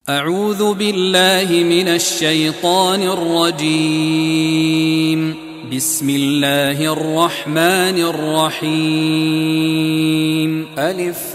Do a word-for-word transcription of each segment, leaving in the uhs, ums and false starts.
أعوذ بالله من الشيطان الرجيم. بسم الله الرحمن الرحيم. ألف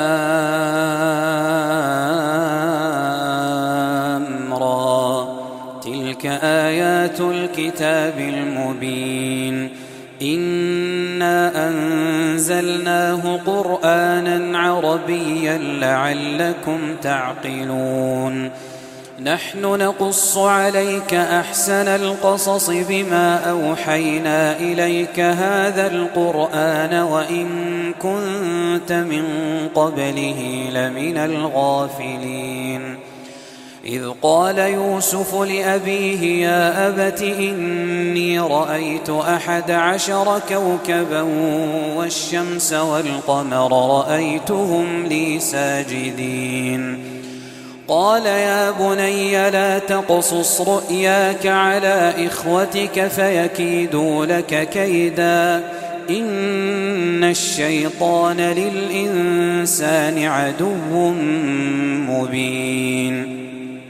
لام را، تلك آيات الكتاب المبين. إنا أنزلناه قرآنا عربيا لعلكم تعقلون. نحن نقص عليك أحسن القصص بما أوحينا إليك هذا القرآن وإن كنت من قبله لمن الغافلين. إذ قال يوسف لأبيه يا أبت إني رأيت أحد عشر كوكبا والشمس والقمر رأيتهم لي ساجدين. قال يا بني لا تقصص رؤياك على إخوتك فيكيدوا لك كيدا إن الشيطان للإنسان عدو مبين.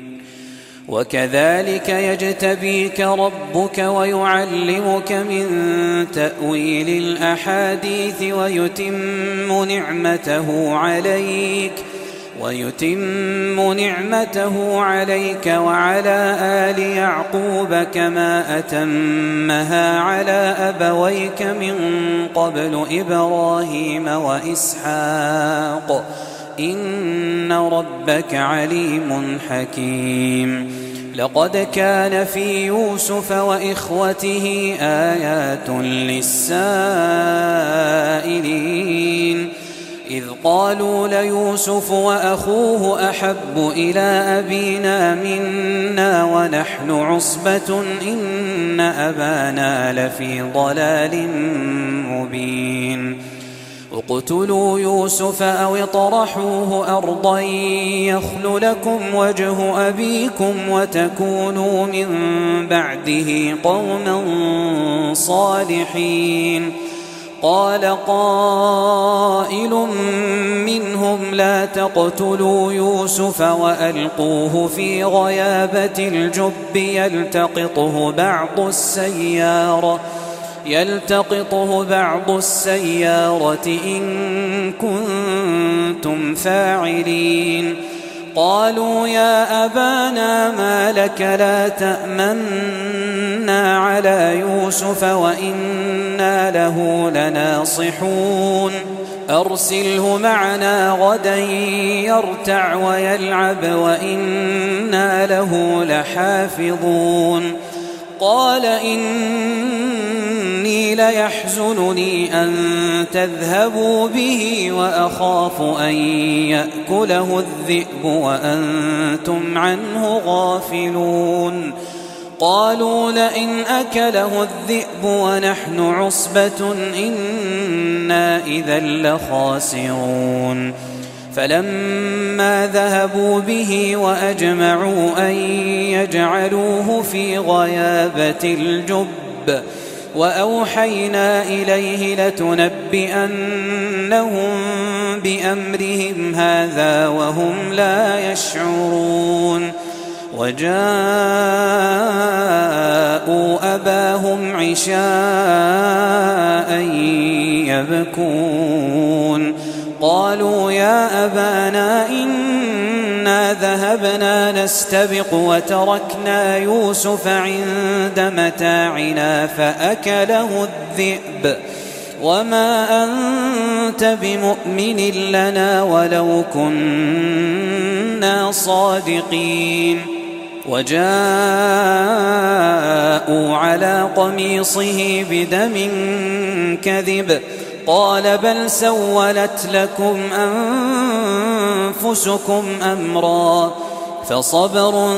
وكذلك يجتبيك ربك ويعلمك من تأويل الأحاديث ويتم نعمته عليك ويتم نعمته عليك وعلى آل يعقوب كما أتمها على أبويك من قبل إبراهيم وإسحاق إن ربك عليم حكيم. لقد كان في يوسف وإخوته آيات للسائلين إذ قالوا ليوسف وأخوه أحب إلى أبينا منا ونحن عصبة إن أبانا لفي ضلال مبين. اقتلوا يوسف أو اطرحوه أرضا يخل لكم وجه أبيكم وتكونوا من بعده قوما صالحين. قال قائل منهم لا تقتلوا يوسف وألقوه في غيابة الجب يلتقطه بعض السيارة يلتقطه بعض السيارة إن كنتم فاعلين. قالوا يا أبانا ما لك لا تأمنا على يوسف وإنا له لناصحون. أرسله معنا غدا يرتع ويلعب وإنا له لحافظون. قال إني ليحزنني أن تذهبوا به وأخاف أن يأكله الذئب وأنتم عنه غافلون. قالوا لئن أكله الذئب ونحن عصبة إنا إذا لخاسرون. فلما ذهبوا به وأجمعوا أن يجعلوه في غيابة الجب وأوحينا إليه لتنبئنهم بأمرهم هذا وهم لا يشعرون. وجاءوا أباهم عشاء يبكون. قالوا يا أبانا إنا ذهبنا نستبق وتركنا يوسف عند متاعنا فأكله الذئب وما أنت بمؤمن لنا ولو كنا صادقين. وجاءوا على قميصه بدم كذب قال بل سولت لكم أنفسكم أمرا فصبر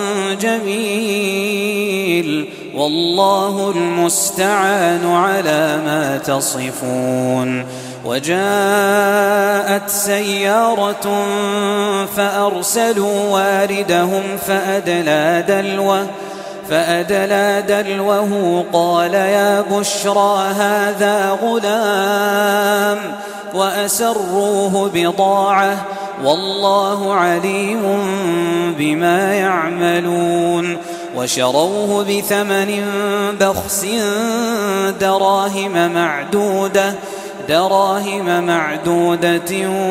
جميل والله المستعان على ما تصفون. وجاءت سيارة فأرسلوا واردهم فأدلى دلوه فأدلى دلوه قال يا بشرى هذا غلام وأسروه بضاعة والله عليم بما يعملون وشروه بثمن بخس دراهم معدودة دراهم معدودة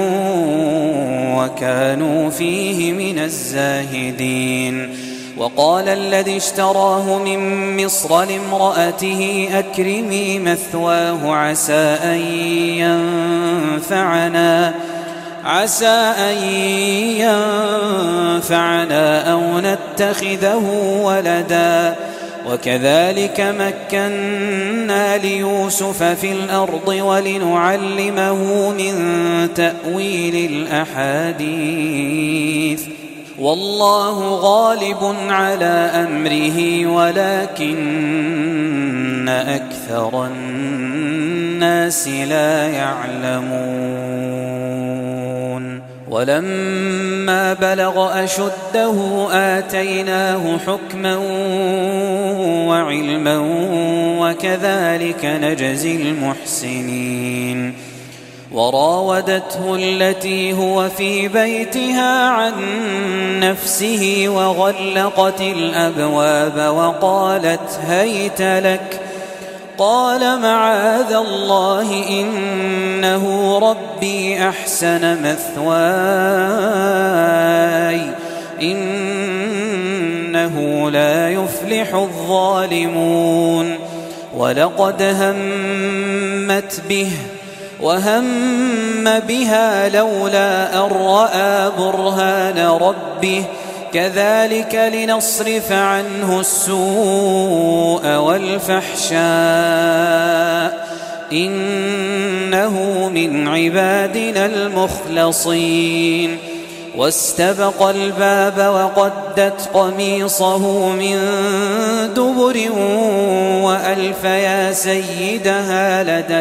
وكانوا فيه من الزاهدين. وقال الذي اشتراه من مصر لامرأته أكرمي مثواه عسى أن ينفعنا عسى أن ينفعنا أو نتخذه ولدا وكذلك مكنا ليوسف في الأرض ولنعلمه من تأويل الأحاديث والله غالب على أمره ولكن أكثر الناس لا يعلمون. ولما بلغ أشده آتيناه حكما وعلما وكذلك نجزي المحسنين. وراودته التي هو في بيتها عن نفسه وغلقت الأبواب وقالت هيت لك قال معاذ الله إنه ربي أحسن مثواي إنه لا يفلح الظالمون. ولقد همت به وهم بها لولا أن رأى برهان ربه كذلك لنصرف عنه السوء والفحشاء إنه من عبادنا المخلصين. واستبق الباب وقدت قميصه من دبر وألف يا سيدها لدى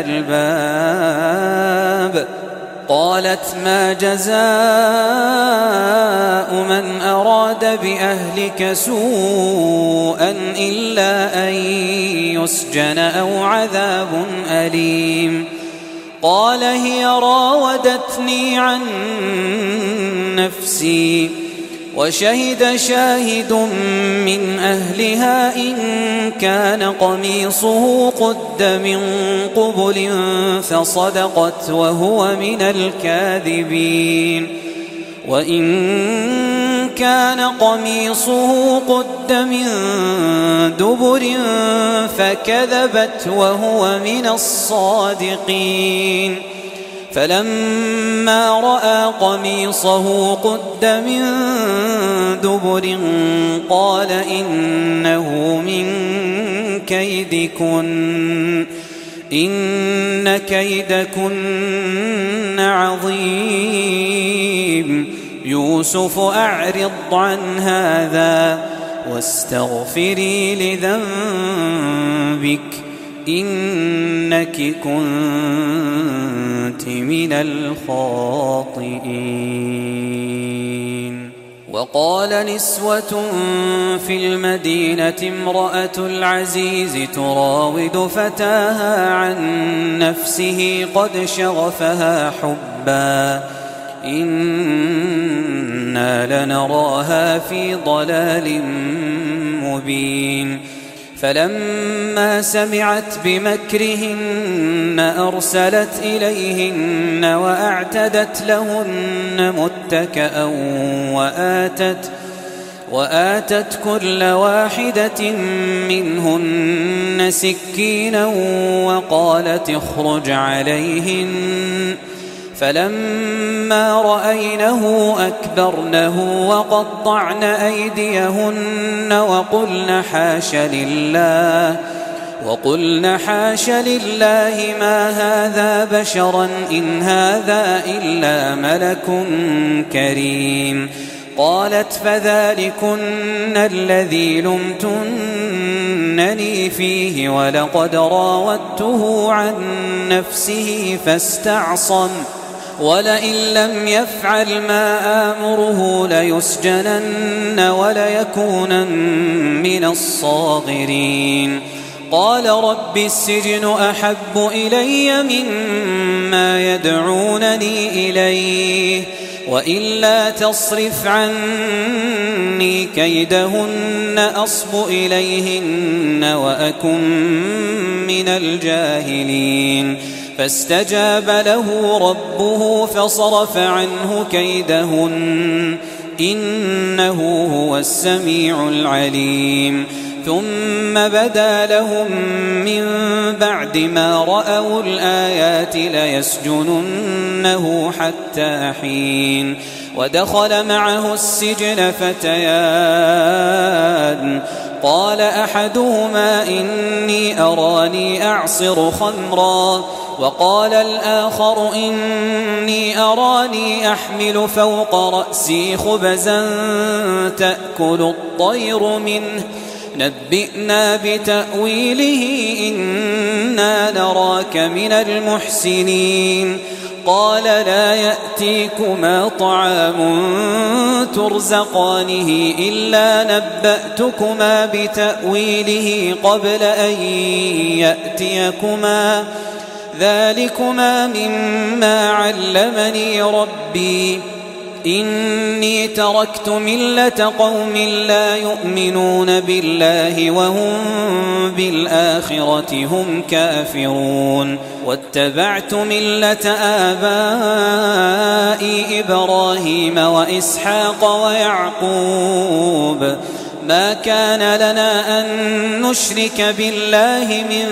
الباب قالت ما جزاء من أراد بأهلك سوءا إلا أن يسجن أو عذاب أليم. قال هي راودتني عن نفسي وشهد شاهد من أهلها إن كان قميصه قد من قبل فصدقت وهو من الكاذبين وإن كان قميصه قد من دبر فكذبت وهو من الصادقين. فلما رأى قميصه قد من دبر قال إنه من كيدكن إن كيدكن عظيم يوسف أعرض عن هذا واستغفري لذنبك إنك كنت من الخاطئين. وقال نسوة في المدينة امرأة العزيز تراود فتاها عن نفسه قد شغفها حبا إنا لنراها في ضلال مبين. فلما سمعت بمكرهن أرسلت إليهن وأعتدت لهن متكأ وآتت, وآتت كل واحدة منهن سكينا وقالت اخرج عليهن. فلما رأينه أكبرنه وقطعن أيديهن وقلن حاش لله وقلن حاش لله ما هذا بشرا إن هذا إلا ملك كريم. قالت فذلكن الذي لمتنني فيه ولقد راودته عن نفسه فاستعصم ولئن لم يفعل ما آمره ليسجنن وليكونن من الصاغرين. قال رب السجن أحب إلي مما يدعونني إليه وإلا تصرف عني أني كيدهن أصب إليهن وأكن من الجاهلين فاستجاب له ربه فصرف عنه كيدهن إنه هو السميع العليم ثم بدا لهم من بعد ما رأوا الآيات ليسجننه حتى حين ودخل معه السجن فتيان قال أحدهما إني أراني أعصر خمرا وقال الآخر إني أراني أحمل فوق رأسي خبزا تأكل الطير منه نبئنا بتأويله إنا نراك من المحسنين قال لا يأتيكما طعام ترزقانه إلا نبأتكما بتأويله قبل أن يأتيكما ذلكما مما علمني ربي إني تركت ملة قوم لا يؤمنون بالله وهم بالآخرة هم كافرون واتبعت ملة آبائي إبراهيم وإسحاق ويعقوب ما كان لنا أن نشرك بالله من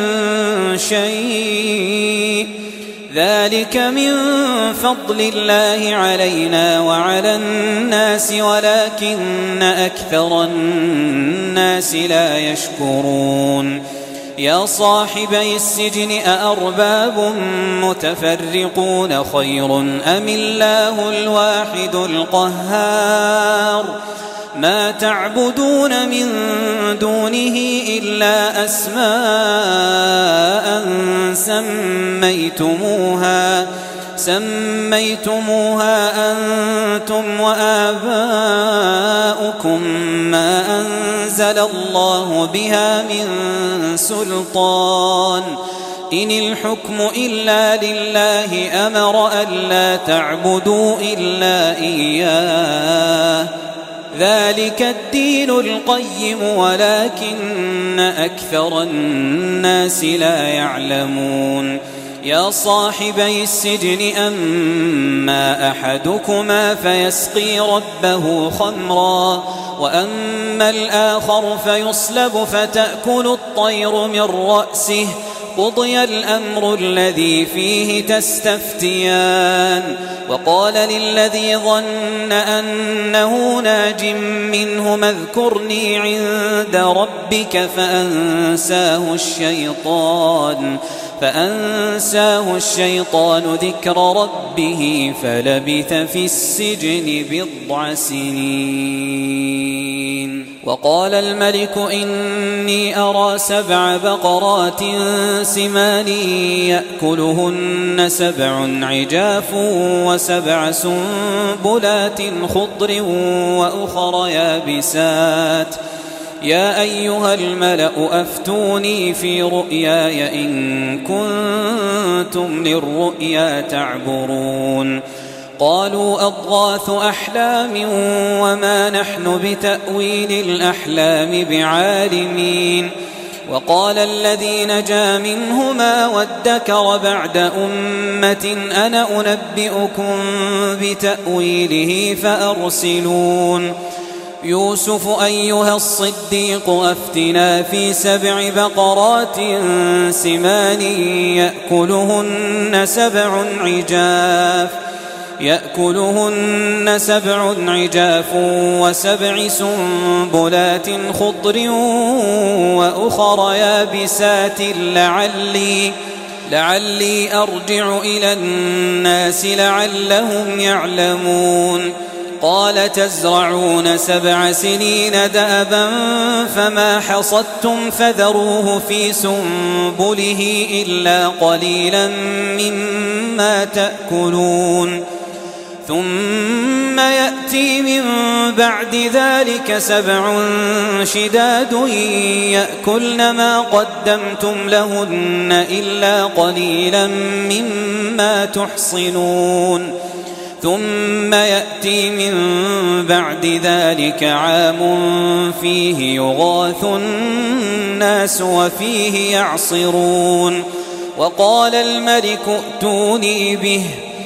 شيء ذلك من فضل الله علينا وعلى الناس ولكن أكثر الناس لا يشكرون يا صاحبي السجن أأرباب متفرقون خير أم الله الواحد القهار ما تعبدون من دونه إلا أسماء سميتموها سميتموها أنتم وآباؤكم ما أنزل الله بها من سلطان إن الحكم إلا لله أمر ألا تعبدوا إلا إياه ذلك الدين القيم ولكن أكثر الناس لا يعلمون يا صاحبي السجن أما أحدكما فيسقي ربه خمرا وأما الآخر فيصلب فتأكل الطير من رأسه قضي الأمر الذي فيه تستفتيان وقال للذي ظن أنه ناج منهما اذكرني عند ربك فأنساه الشيطان فأنساه الشيطان ذكر ربه فلبث في السجن بضع سنين وقال الملك إني أرى سبع بقرات سمان يأكلهن سبع عجاف وسبع سنبلات خضر وأخر يابسات يا أيها الملأ أفتوني في رؤياي إن كنتم للرؤيا تعبرون قالوا أضغاث أحلام وما نحن بتأويل الأحلام بعالمين وقال الذي نجا منهما وادكر بعد أمة أنا أنبئكم بتأويله فأرسلون يوسف أيها الصديق أفتنا في سبع بقرات سمان يأكلهن سبع عجاف يأكلهن سبع عجاف وسبع سنبلات خضر وأخر يابسات لعلي لعلي أرجع إلى الناس لعلهم يعلمون قال تزرعون سبع سنين دأبا فما حصدتم فذروه في سنبله إلا قليلا مما تأكلون ثم يأتي من بعد ذلك سبع شداد يأكلن ما قدمتم لهن إلا قليلا مما تحصنون ثم يأتي من بعد ذلك عام فيه يغاث الناس وفيه يعصرون وقال الملك ائتوني به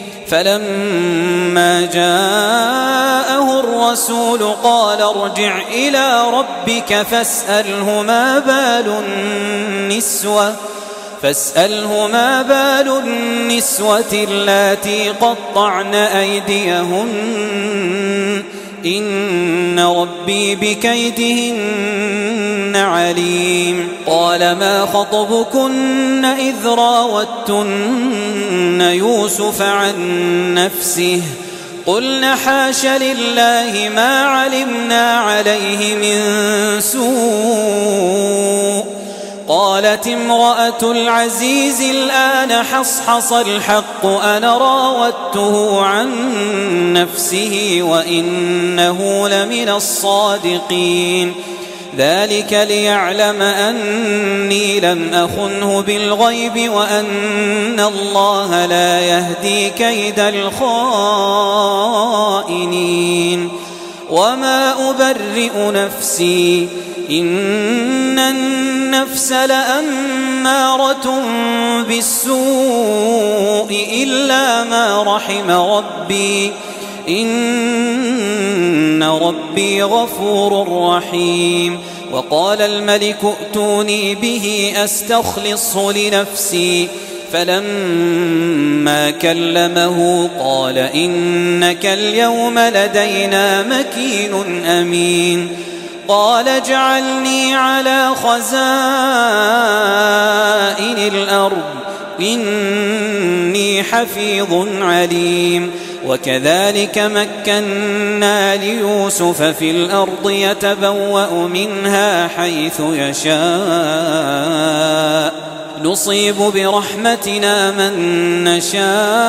فلما جاءه الرسول قال ارجع إلى ربك فاسأله ما بال النسوة فاسأله ما بال النسوة اللاتي قطعن أيديهن إن ربي بكيدهن عليم قال ما خطبكن إذ راوتن يوسف عن نفسه قلن حاش لله ما علمنا عليه من سوء قالت امرأة العزيز الآن حصحص الحق أنا راودته عن نفسه وإنه لمن الصادقين ذلك ليعلم أني لم أخنه بالغيب وأن الله لا يهدي كيد الخائنين وما أبرئ نفسي إن النفس لأمارة بالسوء إلا ما رحم ربي إن ربي غفور رحيم وقال الملك ائتوني به أستخلصه لنفسي فلما كلمه قال إنك اليوم لدينا مكين أمين قال اجعلني على خزائن الأرض إني حفيظ عليم وكذلك مكنا ليوسف في الأرض يتبوأ منها حيث يشاء نصيب برحمتنا من نشاء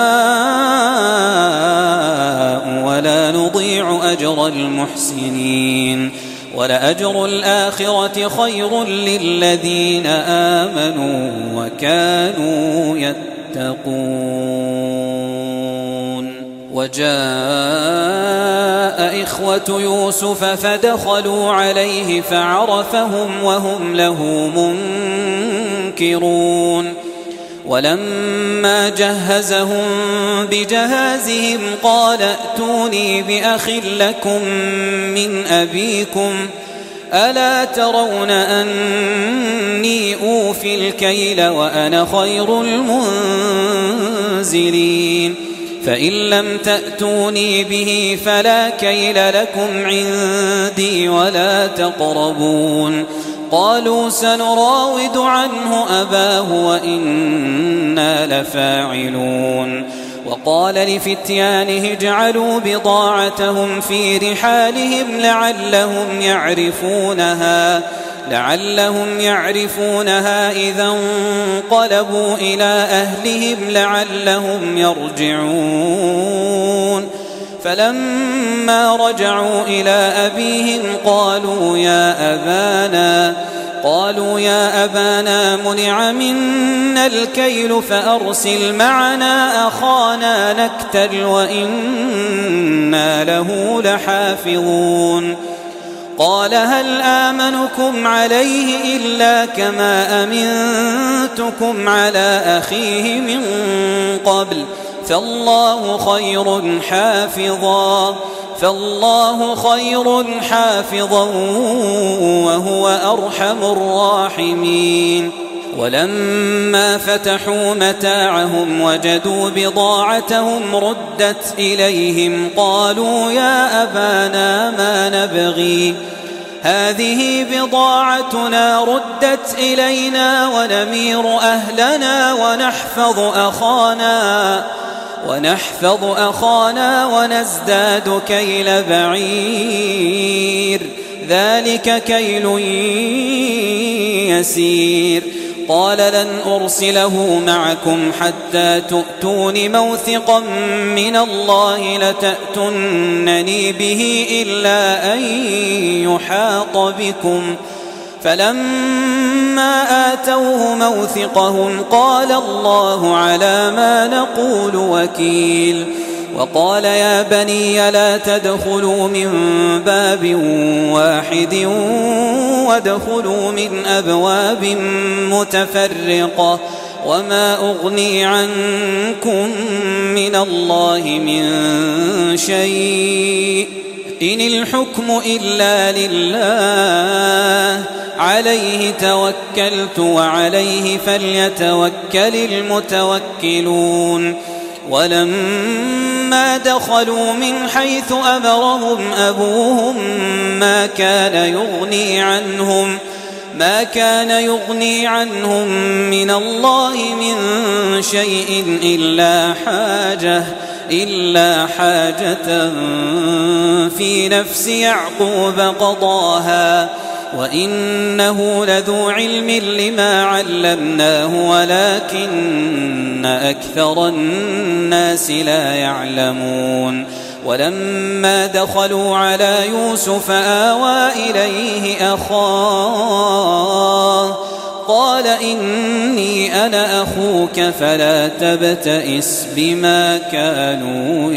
ولا نضيع أجر المحسنين ولأجر الآخرة خير للذين آمنوا وكانوا يتقون وجاء إخوة يوسف فدخلوا عليه فعرفهم وهم له منكرون ولما جهزهم بجهازهم قال ائتوني بأخ لكم من أبيكم ألا ترون أني أوفي الكيل وأنا خير المنزلين فإن لم تأتوني به فلا كيل لكم عندي ولا تقربون قالوا سنراود عنه أباه وإنا لفاعلون وقال لفتيانه اجعلوا بضاعتهم في رحالهم لعلهم يعرفونها لعلهم يعرفونها إذا انقلبوا إلى أهلهم لعلهم يرجعون فلما رجعوا إلى أبيهم قالوا يا أبانا قالوا يا أبانا منع منا الكيل فأرسل معنا أخانا نكتل وإنا له لحافظون قال هل آمنكم عليه إلا كما أمنتكم على أخيه من قبل فالله خير حافظا فالله خير حافظا وهو أرحم الراحمين ولما فتحوا متاعهم وجدوا بضاعتهم ردت إليهم قالوا يا أبانا ما نبغي هذه بضاعتنا ردت إلينا ونمير أهلنا ونحفظ أخانا ونحفظ أخانا ونزداد كيل بعير ذلك كيل يسير قال لن أرسله معكم حتى تؤتون موثقا من الله لتأتونني به إلا أن يحاط بكم فلما آتوه موثقهم قال الله على ما نقول وكيل وقال يا بني لا تدخلوا من باب واحد وادخلوا من أبواب متفرقة وما أغني عنكم من الله من شيء إن الحكم إلا لله عليه توكلت وعليه فليتوكل المتوكلون ولما دخلوا من حيث أمرهم أبوهم ما كان يغني عنهم ما كان يغني عنهم من الله من شيء إلا حاجة إلا حاجة في نفس يعقوب قضاها وإنه لذو علم لما علمناه ولكن أكثر الناس لا يعلمون ولما دخلوا على يوسف آوى إليه أخاه قال إني أنا أخوك فلا تبتئس بما كانوا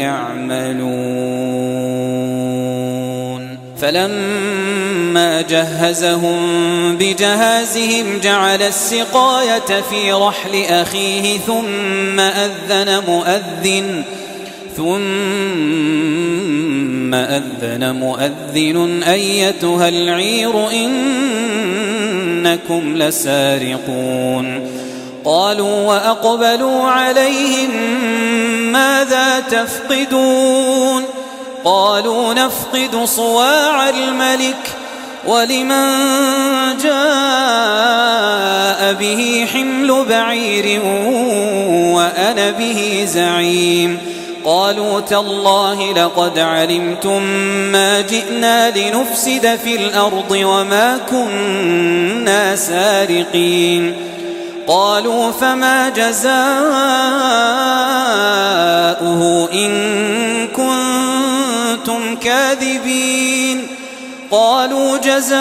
يعملون فلما جهزهم بجهازهم جعل السقاية في رحل أخيه ثم أذن مؤذن ثم أذن مؤذن أيتها العير إنكم لسارقون قالوا وأقبلوا عليهم ماذا تفقدون قالوا نفقد صواع الملك ولمن جاء به حمل بعير وأنا به زعيم قالوا تالله لقد علمتم ما جئنا لنفسد في الأرض وما كنا سارقين قالوا فما جزاؤه إن كنتم كاذبين قالوا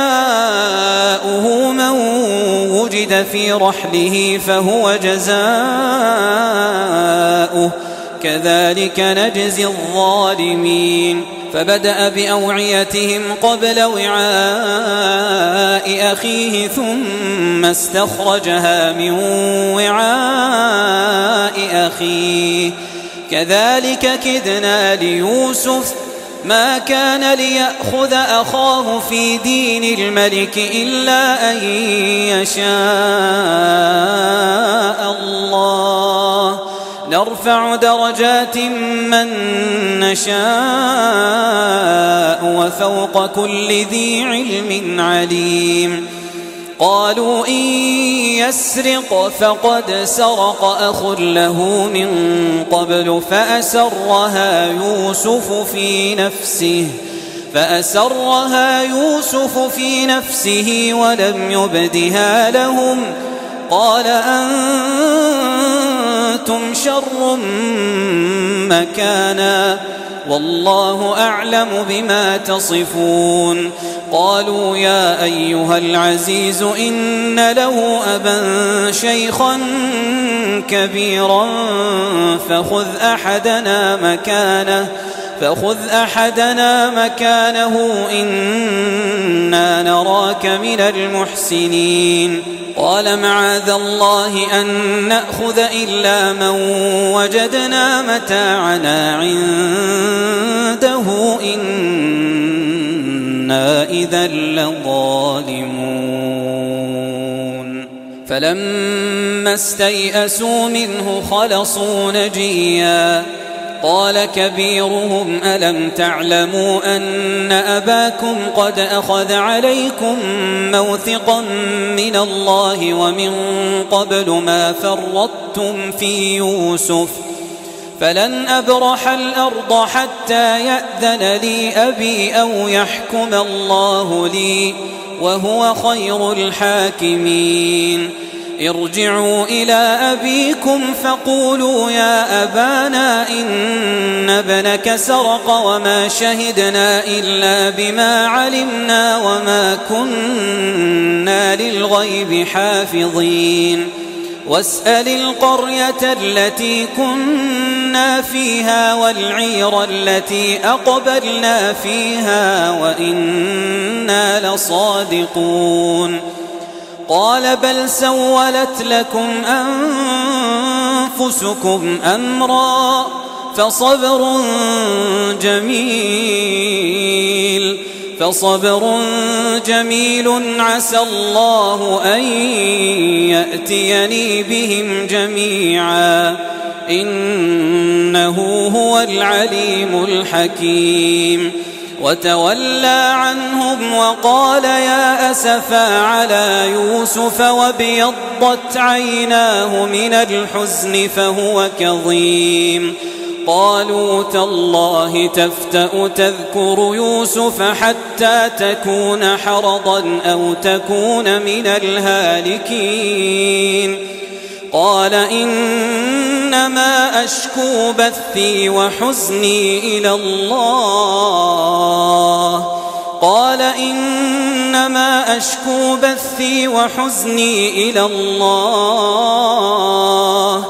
جزاؤه من وجد في رحله فهو جزاؤه كذلك نجزي الظالمين فبدأ بأوعيتهم قبل وعاء أخيه ثم استخرجها من وعاء أخيه كذلك كدنا ليوسف ما كان ليأخذ أخاه في دين الملك إلا أن يشاء الله نرفع درجات من نشاء وفوق كل ذي علم عليم قالوا إن يسرق فقد سرق أخ له من قبل فأسرها يوسف في نفسه فأسرها يوسف في نفسه ولم يبدها لهم قال أنتم شر مكانا والله أعلم بما تصفون قالوا يا أيها العزيز إن له أبا شيخا كبيرا فخذ أحدنا مكانه فخذ أحدنا مكانه إنا نراك من المحسنين قال معاذ الله أن نأخذ إلا من وجدنا متاعنا عنده إنا إذا لظالمون فلما استيئسوا منه خلصوا نجيا قال كبيرهم ألم تعلموا أن أباكم قد أخذ عليكم موثقا من الله ومن قبل ما فرطتم في يوسف فلن أبرح الأرض حتى يأذن لي أبي أو يحكم الله لي وهو خير الحاكمين ارجعوا إلى أبيكم فقولوا يا أبانا إن ابنك سرق وما شهدنا إلا بما علمنا وما كنا للغيب حافظين واسأل القرية التي كنا فيها والعير التي أقبلنا فيها وإنا لصادقون قال بل سولت لكم أنفسكم أمرا فصبر جميل فصبر جميل عسى الله أن يأتيني بهم جميعا إنه هو العليم الحكيم وتولى عنهم وقال يا أسفا على يوسف وابيضت عيناه من الحزن فهو كظيم قالوا تالله تفتأ تذكر يوسف حتى تكون حرضا أو تكون من الهالكين قال إنما أشكو بثي وحزني إلى الله قال إنما أشكو بثي وحزني إلى الله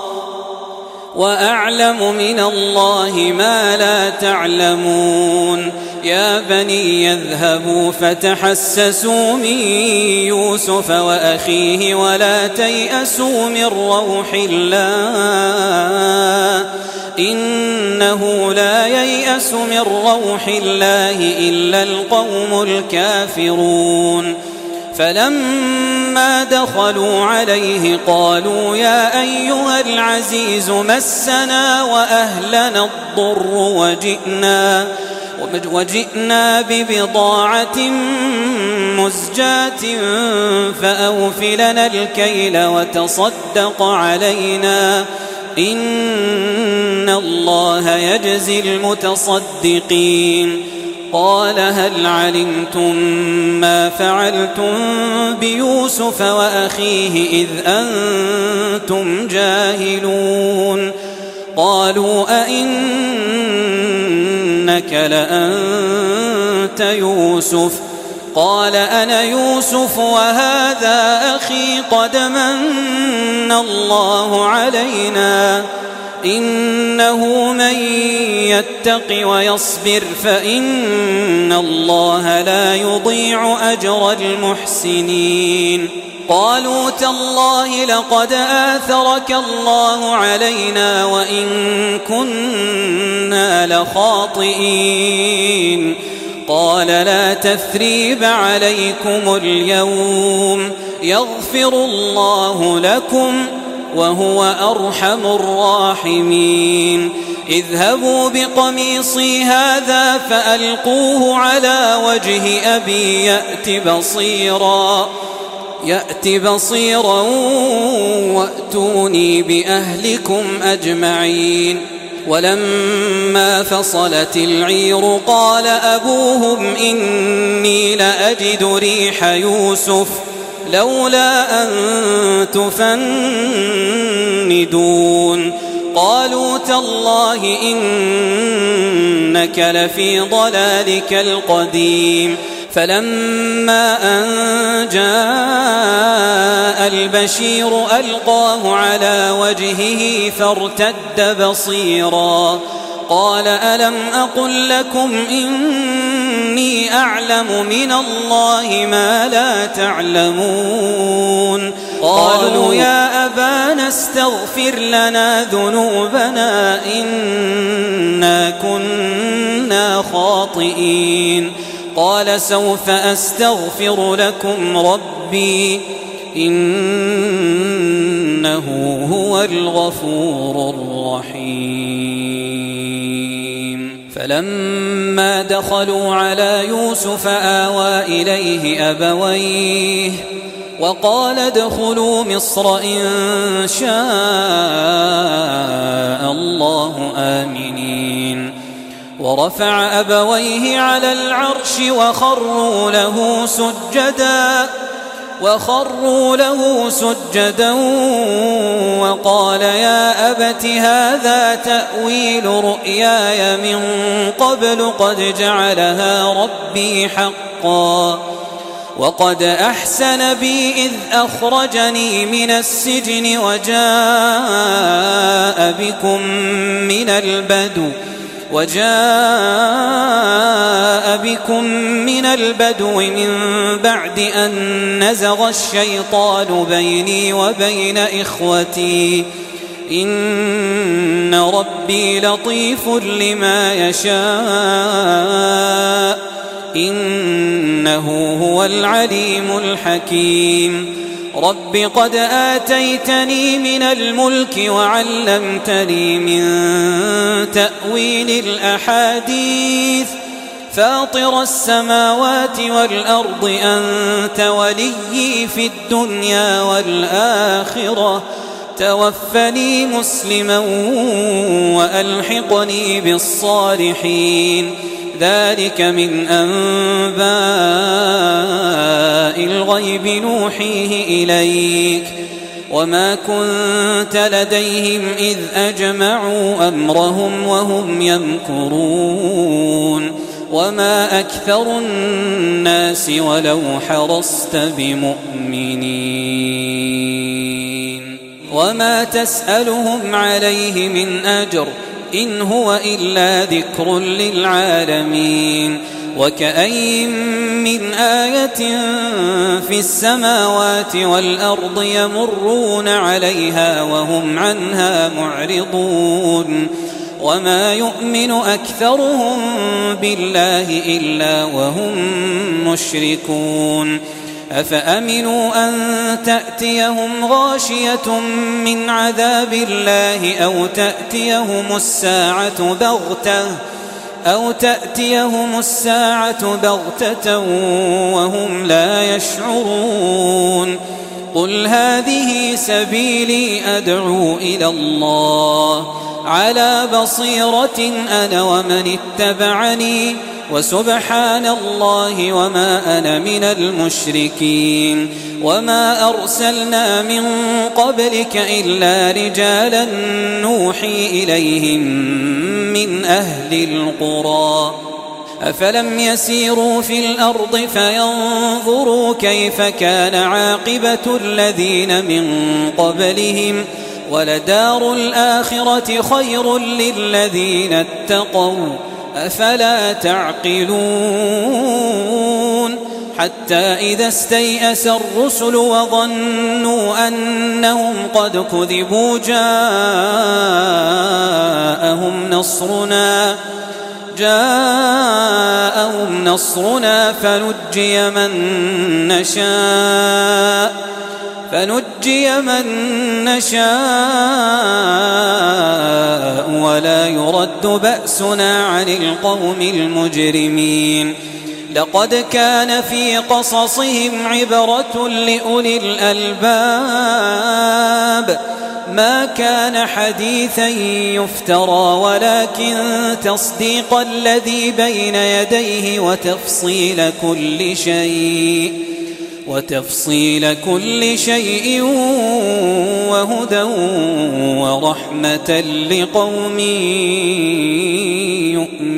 وأعلم من الله ما لا تعلمون يا بني يذهبوا فتحسسوا من يوسف وأخيه ولا تيأسوا من روح الله إنه لا ييأس من روح الله إلا القوم الكافرون فلما دخلوا عليه قالوا يا أيها العزيز مسنا وأهلنا الضر وجئنا, وجئنا ببضاعة مزجاة فأوفلنا الكيل وتصدق علينا إن الله يجزي المتصدقين قال هل علمتم ما فعلتم بيوسف وأخيه إذ أنتم جاهلون قالوا أئنك لأنت يوسف قال أنا يوسف وهذا أخي قد من الله علينا إنه من يتق ويصبر فإن الله لا يضيع أجر المحسنين قالوا تالله لقد آثرك الله علينا وإن كنا لخاطئين قال لا تثريب عليكم اليوم يغفر الله لكم وهو أرحم الراحمين اذهبوا بقميصي هذا فألقوه على وجه أبي يأت بصيرا يأت بصيرا وأتوني بأهلكم أجمعين ولما فصلت العير قال أبوهم إني لأجد ريح يوسف لولا أن تفندون قالوا تالله إنك لفي ضلالك القديم فلما أن جاء البشير ألقاه على وجهه فارتد بصيرا قال ألم أقل لكم إني أعلم من الله ما لا تعلمون قالوا يا أبانا استغفر لنا ذنوبنا إنا كنا خاطئين قال سوف أستغفر لكم ربي إنه هو الغفور الرحيم فلما دخلوا على يوسف آوى إليه أبويه وقال ادخلوا مصر إن شاء الله آمنين ورفع أبويه على العرش وخروا له سجدا وخروا له سجدا وقال يا أبت هذا تأويل رؤياي من قبل قد جعلها ربي حقا وقد أحسن بي إذ أخرجني من السجن وجاء بكم من البدو وجاء بكم من البدو من بعد أن نزغ الشيطان بيني وبين إخوتي إن ربي لطيف لما يشاء إنه هو العليم الحكيم رب قد آتيتني من الملك وعلمتني من تأويل الأحاديث فاطر السماوات والأرض أنت وليي في الدنيا والآخرة توفني مسلما وألحقني بالصالحين ذلك من أنباء الغيب نوحيه إليك وما كنت لديهم إذ أجمعوا أمرهم وهم يمكرون وما أكثر الناس ولو حرصت بمؤمنين وما تسألهم عليه من أجر إن هو إلا ذكر للعالمين وكأين من آية في السماوات والأرض يمرون عليها وهم عنها معرضون وما يؤمن أكثرهم بالله إلا وهم مشركون أفأمنوا أن تأتيهم غاشية من عذاب الله أو تأتيهم الساعة بغتة أو تأتيهم الساعة بغتة وهم لا يشعرون قل هذه سبيلي أدعو إلى الله على بصيرة أنا ومن اتبعني وسبحان الله وما أنا من المشركين وما أرسلنا من قبلك إلا رجالا نوحي إليهم من أهل القرى أفلم يسيروا في الأرض فينظروا كيف كان عاقبة الذين من قبلهم ولدار الآخرة خير للذين اتقوا أفلا تعقلون حتى إذا استيأس الرسل وظنوا أنهم قد كذبوا جاءهم نصرنا جاءهم نصرنا فنجي من نشاء فنجي من نشاء ولا يرد بأسنا عن القوم المجرمين لقد كان في قصصهم عبرة لأولي الألباب ما كان حديثا يفترى ولكن تصديق الذي بين يديه وتفصيل كل شيء وتفصيل كل شيء وهدى ورحمة لقوم يؤمنون